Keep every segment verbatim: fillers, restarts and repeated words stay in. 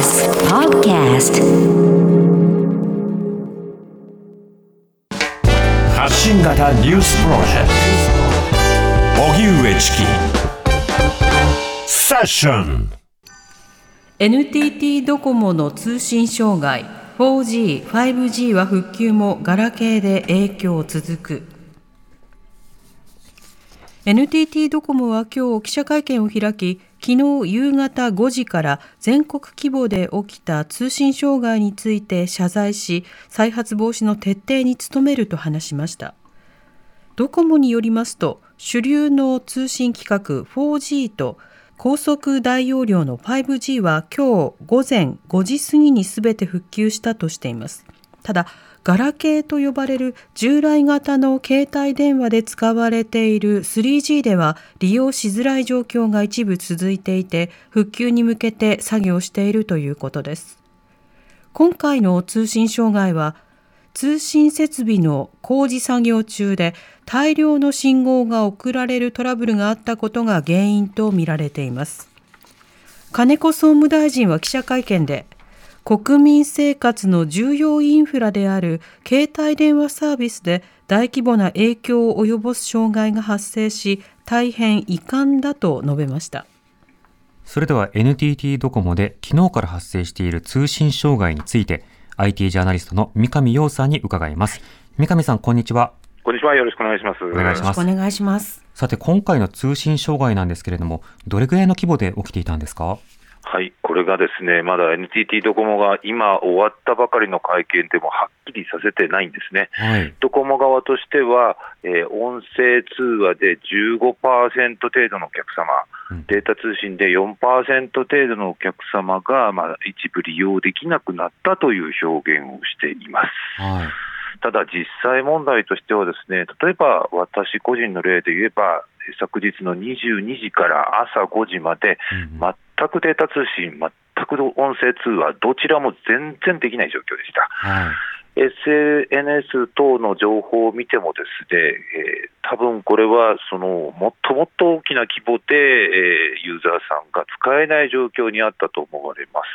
ス Podcast 発信型ニュースプロジェクト荻上チキセッション。 エヌティーティー ドコモの通信障害 フォージー、ファイブジー は復旧もガラケーで影響続く。エヌティーティー ドコモは今日記者会見を開き、昨日夕方ごじから全国規模で起きた通信障害について謝罪し、再発防止の徹底に努めると話しました。ドコモによりますと、主流の通信規格 フォージー と高速大容量の ファイブジー は今日午前ごじ過ぎにすべて復旧したとしています。ただ、ガラケーと呼ばれる従来型の携帯電話で使われている スリージー では利用しづらい状況が一部続いていて、復旧に向けて作業しているということです。今回の通信障害は通信設備の工事作業中で大量の信号が送られるトラブルがあったことが原因とみられています。金子総務大臣は記者会見で、国民生活の重要インフラである携帯電話サービスで大規模な影響を及ぼす障害が発生し、大変遺憾だと述べました。 それでは エヌティーティー ドコモで昨日から発生している通信障害について アイティー ジャーナリストの三上洋さんに伺います。三上さん、こんにちは。 こんにちは、よろしくお願いします。 お願いします。 お願いします。 さて、今回の通信障害なんですけれども、どれぐらいの規模で起きていたんですか？ はい、これがですね、まだ エヌティーティー ドコモが今終わったばかりの会見でもはっきりさせてないんですね。はい、ドコモ側としては、えー、音声通話で じゅうごパーセント 程度のお客様、うん、データ通信で よんパーセント 程度のお客様が、まあ、一部利用できなくなったという表現をしています。はい、ただ実際問題としてはですね、例えば私個人の例で言えば、昨日のにじゅうにじから朝ごじまで、全くデータ通信、全く音声通話、どちらも全然できない状況でした。はい、エスエヌエス 等の情報を見てもですね、えー、多分これはそのもっともっと大きな規模で、えー、ユーザーさんが使えない状況にあったと思われます。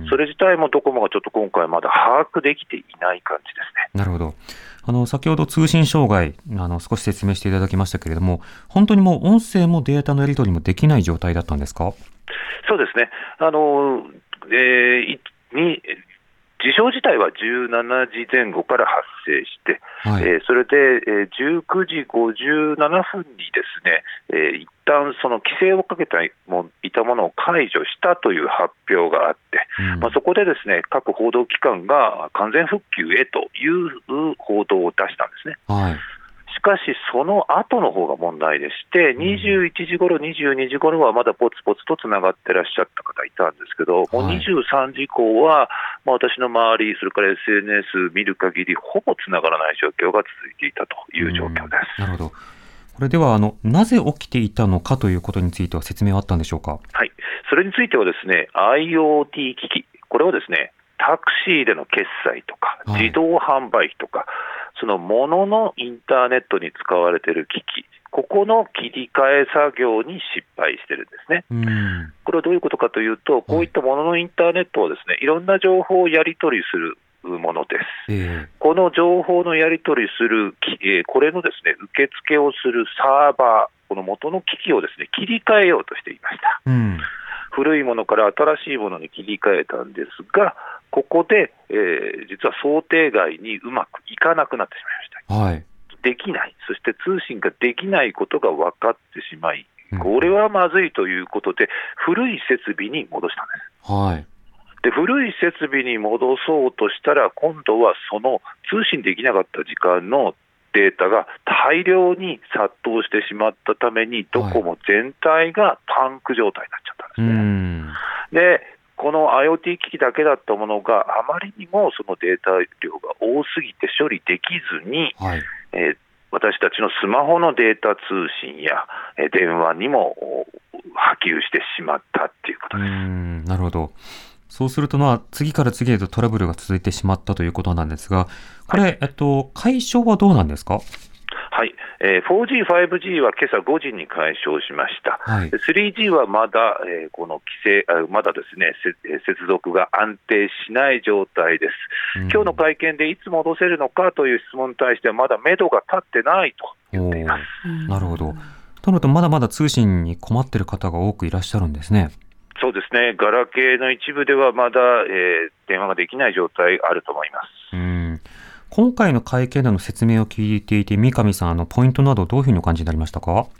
それ自体もドコモがちょっと今回まだ把握できていない感じですね。 なるほど。あの先ほど通信障害あの少し説明していただきましたけれども、本当にもう音声もデータのやり取りもできない状態だったんですか？ そうですね。あの、えー、に事象自体はじゅうしちじぜん後から発生して、はい、えー、それで、えー、じゅうくじごじゅうななふんにですね、えー、一旦その規制をかけていたものを解除したという発表があって、うん、まあ、そこでですね、各報道機関が完全復旧へという報道を出したんですね。はい、しかしその後の方が問題でして、にじゅういちじ頃、にじゅうにじ頃はまだポツポツとつながってらっしゃった方いたんですけど、もうにじゅうさんじ以降は、まあ、私の周り、それから エスエヌエス 見る限りほぼつながらない状況が続いていたという状況です。 なるほど。これではあのなぜ起きていたのかということについては説明はあったんでしょうか？ はい、それについてはですね、 アイオーティー 機器、これはですね、タクシーでの決済とか自動販売機とか、はい、そのもののインターネットに使われている機器、ここの切り替え作業に失敗してるんですね。うん、これはどういうことかというと、こういったもののインターネットはですね、いろんな情報をやり取りするものです。えー、この情報のやり取りする、えー、これのですね、受付をするサーバー、この元の機器をですね、切り替えようとしていました。うん、古いものから新しいものに切り替えたんですが、ここで、えー、実は想定外にうまくいかなくなってしまいました。はい、できない、そして通信ができないことが分かってしまい、これはまずいということで、古い設備に戻したんです。はい、で古い設備に戻そうとしたら、今度はその通信できなかった時間のデータが大量に殺到してしまったために、ドコモ全体がパンク状態になっちゃったんですね。でこの IoT 機器だけだったものがあまりにもそのデータ量が多すぎて処理できずに、はい、えー、私たちのスマホのデータ通信や、えー、電話にも波及してしまったっていうことです。 うーん、なるほど。そうすると、まあ、次から次へとトラブルが続いてしまったということなんですが、これ、はい、えっと、解消はどうなんですか？ はい、 えー、フォージー、ファイブジー は今朝ごじに解消しました、はい、スリージー はまだ、えー、この規制あまだですね接続が安定しない状態です、うん、今日の会見でいつ戻せるのかという質問に対してはまだ目処が立ってないと言っています。 なるほど。となるとまだまだ通信に困っている方が多くいらっしゃるんですね。 そうですね、ガラケーの一部ではまだ、えー、電話ができない状態あると思います。 うん、今回の会見での説明を聞いていて三上さん、あのポイントなどどういうふうにお感じになりましたか？ はい、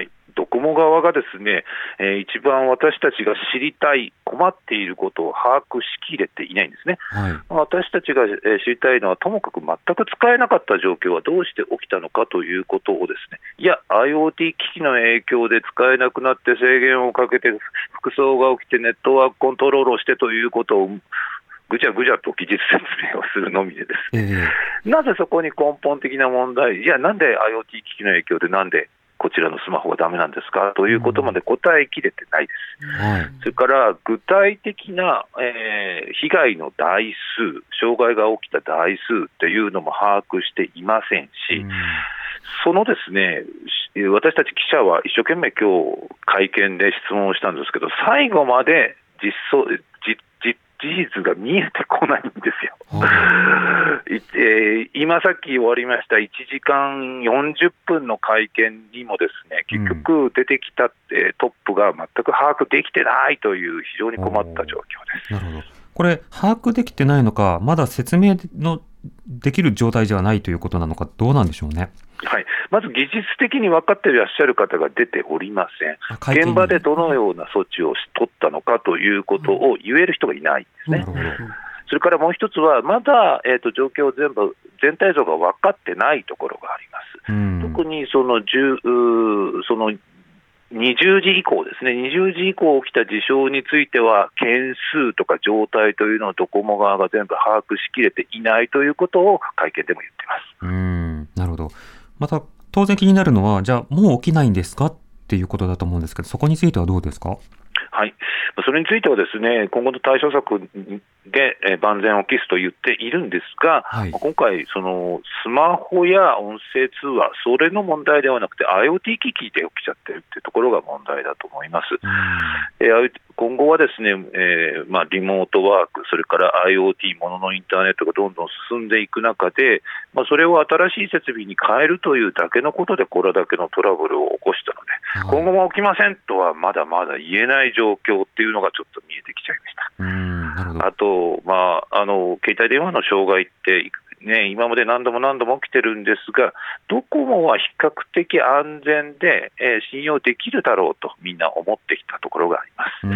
ドコモ側がですね、えー、一番私たちが知りたい困っていることを把握しきれていないんですね、はい、私たちが知りたいのはともかく全く使えなかった状況はどうして起きたのかということをですね、いや IoT 機器の影響で使えなくなって制限をかけて服装が起きてネットワークコントロールをしてということをぐちゃぐちゃと技術説明をするのみでですね、えー、なぜそこに根本的な問題、いやなんで IoT 機器の影響でなんでこちらのスマホがダメなんですかということまで答えきれてないです、うんはい、それから具体的な、えー、被害の台数、障害が起きた台数っていうのも把握していませんし、うん、そのですね、私たち記者は一生懸命今日会見で質問をしたんですけど、最後まで実装実事実が見えてこないんですよ、えー、今さっき終わりましたいちじかんよんじゅっぷんの会見にもですね、結局出てきた、えー、トップが全く把握できてないという非常に困った状況です。 なるほど。これ把握できてないのか、まだ説明のできる状態ではないということなのか、どうなんでしょうね。 はい、まず技術的に分かっていらっしゃる方が出ておりません。現場でどのような措置を取ったのかということを言える人がいないですね、うん、それからもう一つはまだ、えーと、状況全部全体像が分かってないところがあります、うん、特にそのそのにじゅうじ以降ですね、にじゅうじ以降起きた事象については件数とか状態というのをドコモ側が全部把握しきれていないということを会見でも言っています。 うーん、なるほど。また当然気になるのは、じゃあもう起きないんですかっていうことだと思うんですけど、そこについてはどうですか？ はい、それについてはですね、今後の対処策で、えー、万全を期すと言っているんですが、はい、今回そのスマホや音声通話、それの問題ではなくて IoT 機器で起きちゃってるっていうところが問題だと思います。えー、今後はですね、えーまあ、リモートワーク、それから IoT もののインターネットがどんどん進んでいく中で、まあ、それを新しい設備に変えるというだけのことでこれだけのトラブルを起こしたので、はい、今後も起きませんとはまだまだ言えない状況っていうのがちょっと見えてきちゃいました。 うーん、なるほど。 あと、まあ、あの携帯電話の障害ってね、今まで何度も何度も起きてるんですが、ドコモは比較的安全で、えー、信用できるだろうとみんな思ってきたところがあります。うん、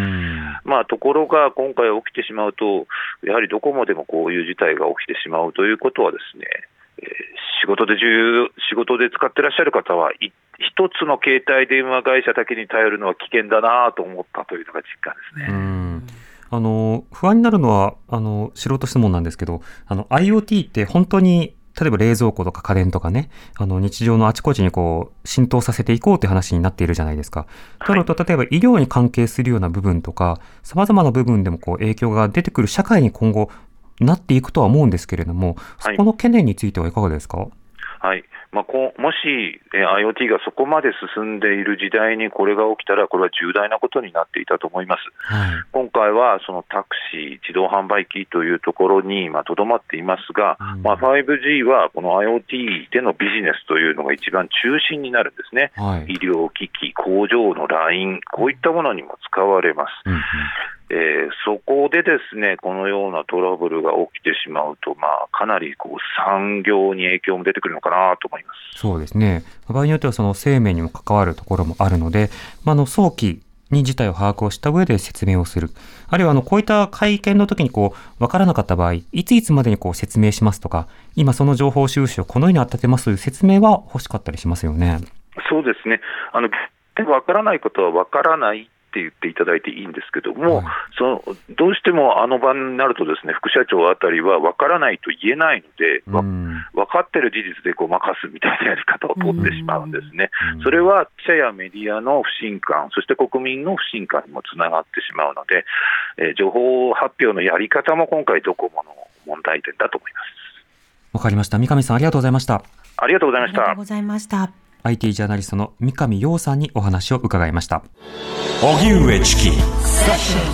まあ、ところが今回起きてしまうと、やはりドコモでもこういう事態が起きてしまうということはですね、えー、仕事で重要仕事で使ってらっしゃる方は一つの携帯電話会社だけに頼るのは危険だなと思ったというのが実感ですね。 うん、あの不安になるのはあの素人質問なんですけど、あの IoT って本当に例えば冷蔵庫とか家電とかね、あの日常のあちこちにこう浸透させていこうという話になっているじゃないですか。となると、例えば医療に関係するような部分とか様々な部分でもこう影響が出てくる社会に今後なっていくとは思うんですけれども、そこの懸念についてはいかがですか？ はい、まあ、こうもし、えー、IoT がそこまで進んでいる時代にこれが起きたら、これは重大なことになっていたと思います。はい、今回はそのタクシー、自動販売機というところにとどまっていますが、うん、まあ、ファイブジー はこの IoT でのビジネスというのが一番中心になるんですね。はい、医療機器、工場のライン、こういったものにも使われます。うんうん、えー、そこでですね、このようなトラブルが起きてしまうと、まあ、かなりこう産業に影響も出てくるのかなと思います。 そうですね。場合によってはその生命にも関わるところもあるので、まあ、あの早期に事態を把握をした上で説明をする。あるいはあのこういった会見の時にこう分からなかった場合、いついつまでにこう説明しますとか、今その情報収集をこのように当ててますという説明は欲しかったりしますよね。そうですね。 あの分からないことは分からないって言っていただいていいんですけども、はい、そのどうしてもあの場になるとですね、副社長あたりは分からないと言えないので、うん、分かってる事実でごまかすみたいなやり方を取ってしまうんですね。うん、それは記者やメディアの不信感、そして国民の不信感にもつながってしまうので、えー、情報発表のやり方も今回ドコモの問題点だと思います。 わかりました。三上さん、ありがとうございました。 ありがとうございました。 ありがとうございました。 アイティー ジャーナリストの三上洋さんにお話を伺いました。 荻上チキ